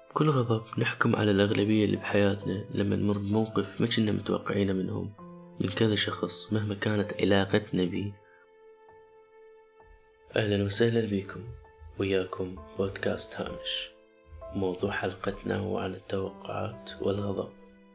بكل غضب نحكم على الأغلبية اللي بحياتنا لما نمر بموقف ما كنا متوقعين منهم من كذا شخص مهما كانت علاقتنا بيه. أهلا وسهلا بكم، وياكم بودكاست هامش. موضوع حلقتنا هو عن التوقعات والغضب.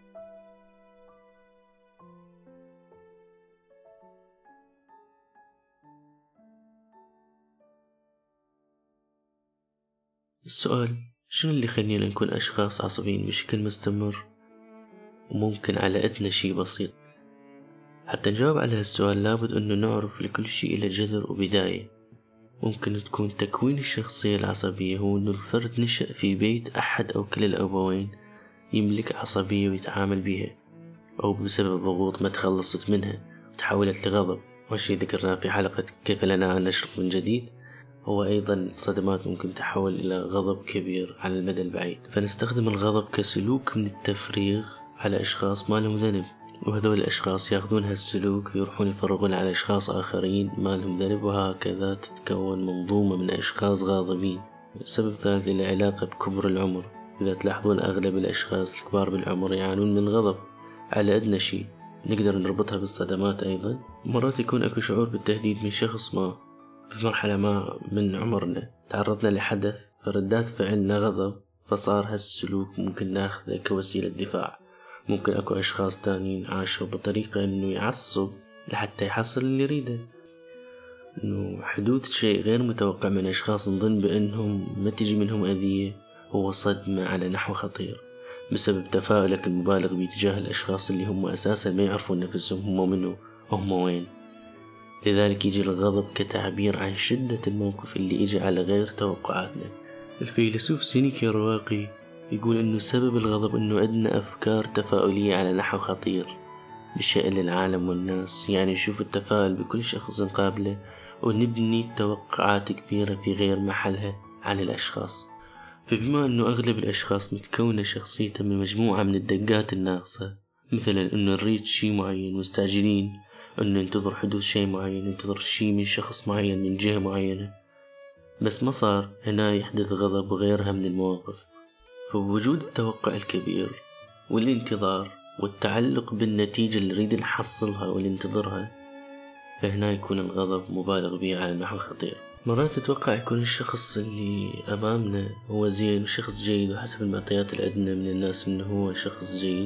السؤال: شنو اللي يخلينا نكون أشخاص عصبيين بشكل مستمر وممكن على أدنى شيء بسيط؟ حتى نجاوب على هالسؤال لابد أنه نعرف لكل شيء له جذر وبداية. ممكن تكون تكوين الشخصية العصبية هو أنه الفرد نشأ في بيت أحد أو كلا الأبوين يملك عصبية ويتعامل بها، أو بسبب ضغوط ما تخلصت منها وتحولت لغضب، وشي ذكرناه في حلقة كيف لنا أن نشرب من جديد. هو أيضا صدمات ممكن تحول إلى غضب كبير على المدى البعيد. فنستخدم الغضب كسلوك من التفريغ على أشخاص ما لهم ذنب، وهذول الأشخاص يأخذون هالسلوك ويروحون يفرغون على أشخاص آخرين ما لهم ذنب، وهكذا تتكون منظومة من أشخاص غاضبين. السبب الثالث له علاقة بكبر العمر. إذا تلاحظون أغلب الأشخاص الكبار بالعمر يعانون من غضب على أدنى شيء. نقدر نربطها بالصدمات أيضا. مرات يكون أكو شعور بالتهديد من شخص ما في مرحلة ما من عمرنا، تعرضنا لحدث فردات فعلنا غضب، فصار هالسلوك ممكن ناخذه كوسيلة دفاع. ممكن أكو أشخاص تانيين عاشوا بطريقة إنه يعصب لحتى يحصل اللي يريده. إنه حدوث شيء غير متوقع من أشخاص نظن بأنهم ما تجي منهم أذية هو صدمة على نحو خطير، بسبب تفاؤلك المبالغ باتجاه الأشخاص اللي هم أساسا ما يعرفون نفسهم هم منو وهم وين. لذلك يجي الغضب كتعبير عن شدة الموقف اللي يجي على غير توقعاتنا. الفيلسوف سينيكا الرواقي يقول إنه سبب الغضب إنه عندنا أفكار تفاؤلية على نحو خطير بشأن العالم والناس، يعني نشوف التفاؤل بكل شخص نقابله ونبني توقعات كبيرة في غير محلها عن الأشخاص. فبما إنه أغلب الأشخاص متكونة شخصيتها من مجموعة من الدقات الناقصة، مثلا إنه نريد شيء معين، مستعجلين إنه ننتظر حدوث شيء معين، ننتظر شيء من شخص معين من جهة معينة، بس ما صار، هنا يحدث غضب وغيرها من المواقف. فبوجود التوقع الكبير والانتظار والتعلق بالنتيجة اللي نريد نحصلها والانتظرها، فهنا يكون الغضب مبالغ به على نحو خطير. مرات تتوقع يكون الشخص اللي أمامنا هو زين وشخص جيد، وحسب المعطيات الأدنى من الناس إنه هو شخص جيد،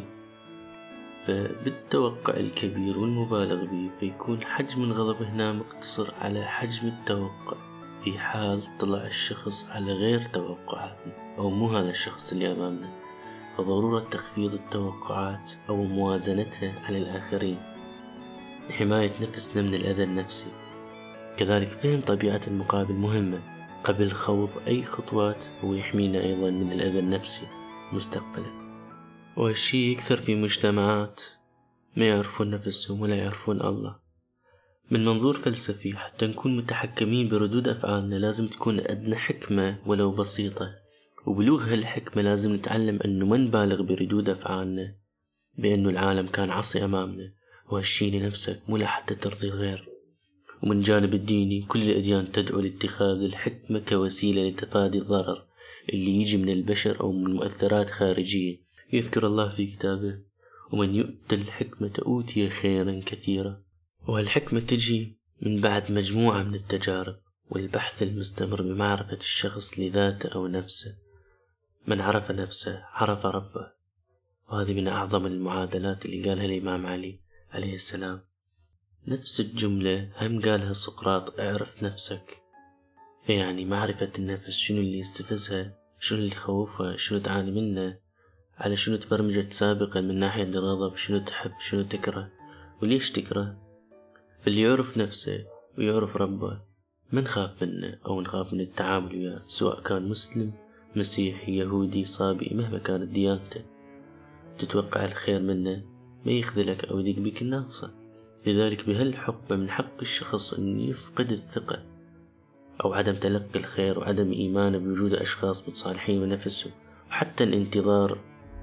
فبالتوقع الكبير والمبالغ به فيكون حجم الغضب هنا مقتصر على حجم التوقع. في حال طلع الشخص على غير توقعاتنا أو مو هذا الشخص اللي أمامنا، فضرورة تخفيض التوقعات أو موازنتها على الآخرين لحماية نفسنا من الأذى النفسي. كذلك فهم طبيعة المقابل مهمة قبل خوض أي خطوات، هو يحمينا أيضا من الأذى النفسي مستقبلا. وهالشي يكثر في مجتمعات ما يعرفون نفسهم ولا يعرفون الله. من منظور فلسفي، حتى نكون متحكمين بردود أفعالنا لازم تكون أدنى حكمة ولو بسيطة، وبلوغ هالحكمة لازم نتعلم أنه ما نبالغ بردود أفعالنا بأنه العالم كان عصي أمامنا، وهالشي لنفسك مو لحتى ترضي الغير. ومن جانب الديني، كل الأديان تدعو لاتخاذ الحكمة كوسيلة لتفادي الضرر اللي يجي من البشر أو من مؤثرات خارجية. يذكر الله في كتابه: ومن يؤت الحكمة أوتي خيرا كثيرا. وهالحكمة تجي من بعد مجموعة من التجارب والبحث المستمر بمعرفة الشخص لذاته أو نفسه. من عرف نفسه عرف ربه، وهذه من أعظم المعادلات اللي قالها الإمام علي عليه السلام. نفس الجملة هم قالها سقراط: اعرف نفسك. يعني معرفة النفس، شنو اللي يستفزها، شنو اللي يخوفها، شنو تعاني منه، على شنو تبرمجت سابقا من ناحية الغضب، شنو تحب شنو تكره وليش تكره. اللي يعرف نفسه ويعرف ربه ما نخاف منه أو نخاف من التعامل وياه، سواء كان مسلم مسيحي يهودي صابئ مهما كانت ديانته. تتوقع الخير منه، ما يخذلك أو يدق بك الناقصة. لذلك بهالحقبة من حق الشخص أن يفقد الثقة أو عدم تلقي الخير وعدم إيمانه بوجود أشخاص متصالحين من نفسه، وحتى الانتظار.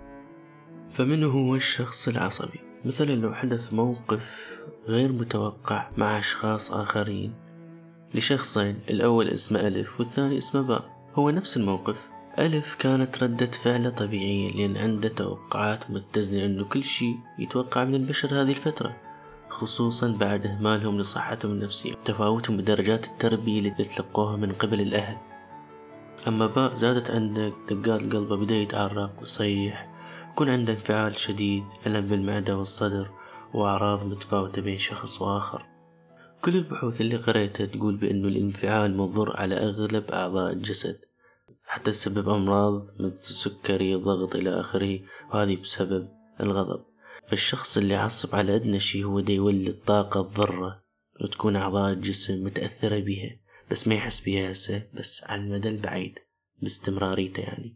فمنه هو الشخص العصبي؟ مثلا لو حدث موقف غير متوقع مع أشخاص آخرين لشخصين، الأول اسمه ألف والثاني اسمه باء، هو نفس الموقف ألف كانت ردة فعله طبيعية لأن عنده توقعات متزنة أنه كل شيء يتوقع من البشر هذه الفترة، خصوصا بعد إهمالهم لصحتهم النفسية وتفاوتهم بدرجات التربية اللي تلقوها من قبل الأهل. أما باء زادت عندك دقات قلبه بدأ يتعرق ويصيح، يكون عنده انفعال شديد، ألم بالمعدة والصدر، وأعراض متفاوتة بين شخص وآخر. كل البحوث اللي قريتها تقول بأنه الانفعال مضر على أغلب أعضاء الجسد، حتى تسبب أمراض مثل السكري، الضغط إلى آخره، وهذه بسبب الغضب. فالشخص اللي يعصب على أدنى شيء هو دا يولد طاقة ضارة، وتكون أعضاء الجسم متأثرة بها، بس ما يحس بها هسه، بس على المدى البعيد باستمراريته يعني.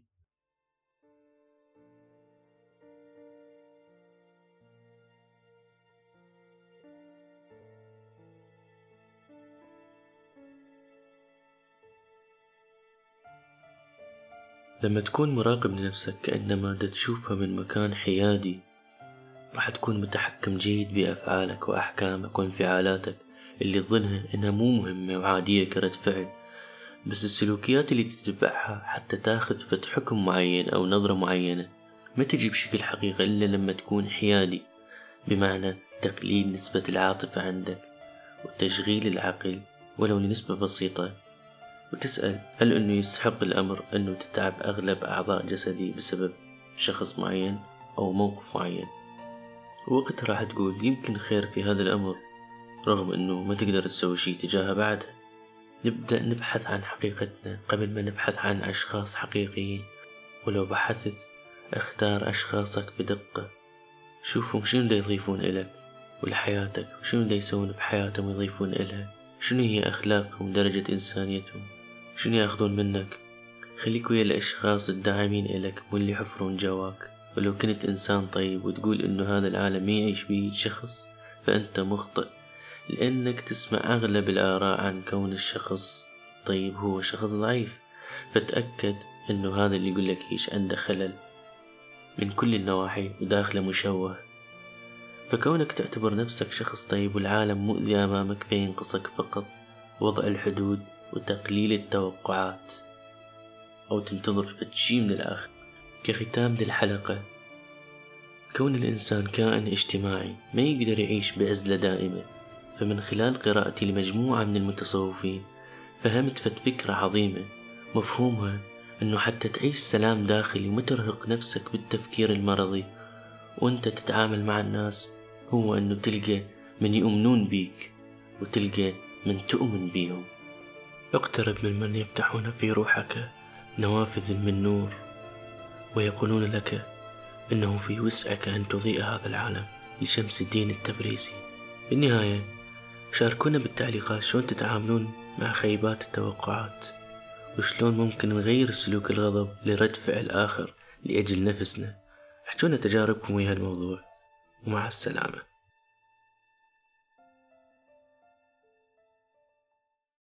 لما تكون مراقب لنفسك كأنما دا تشوفها من مكان حيادي، راح تكون متحكم جيد بأفعالك وأحكامك وانفعالاتك اللي تظنها إنها مو مهمة وعادية كرد فعل، بس السلوكيات اللي تتبعها حتى تاخذ فد حكم معين أو نظرة معينة ما تجي بشكل حقيقة إلا لما تكون حيادي، بمعنى تقليل نسبة العاطفة عندك وتشغيل العقل ولو لنسبة بسيطة، وتسأل هل أنه يستحق الأمر أنه تتعب أغلب أعضاء جسدي بسبب شخص معين أو موقف معين. ووقتها راح تقول يمكن خير في هذا الأمر رغم أنه ما تقدر تسوي شيء تجاهه بعدها. نبدأ نبحث عن حقيقتنا قبل ما نبحث عن أشخاص حقيقيين، ولو بحثت اختار أشخاصك بدقة، شوفهم شنو دا يضيفون إلك ولحياتك، وشنو دا يسوون بحياتهم ويضيفون إلها، شنو هي أخلاقهم ودرجة إنسانيتهم، شنو يأخذون منك. خليك ويا الأشخاص الداعمين إلك واللي يحفرون جواك. ولو كنت إنسان طيب وتقول إنه هذا العالم ما يعيش به شخص، فأنت مخطئ، لأنك تسمع أغلب الآراء عن كون الشخص طيب هو شخص ضعيف، فتأكد إنه هذا اللي يقول لك إيش عنده خلل من كل النواحي وداخله مشوه. فكونك تعتبر نفسك شخص طيب والعالم مؤذي أمامك فينقصك فقط وضع الحدود وتقليل التوقعات، أو تنتظر فتشي من الآخر. كختام للحلقة، كون الإنسان كائن اجتماعي ما يقدر يعيش بعزلة دائمة، فمن خلال قراءتي لمجموعة من المتصوفين فهمت فكرة عظيمة، مفهومها أنه حتى تعيش سلام داخلي وما ترهق نفسك بالتفكير المرضي وأنت تتعامل مع الناس، هو أنه تلقى من يؤمنون بيك وتلقى من تؤمن بيهم. اقترب من يفتحون في روحك نوافذ من نور ويقولون لك إنه في وسعك أن تضيء هذا العالم لشمس الدين التبريزي. بالنهاية شاركونا بالتعليقات شلون تتعاملون مع خيبات التوقعات، وشلون ممكن نغير سلوك الغضب لرد فعل آخر لأجل نفسنا. احجونا تجاربكم ويا الموضوع، ومع السلامة.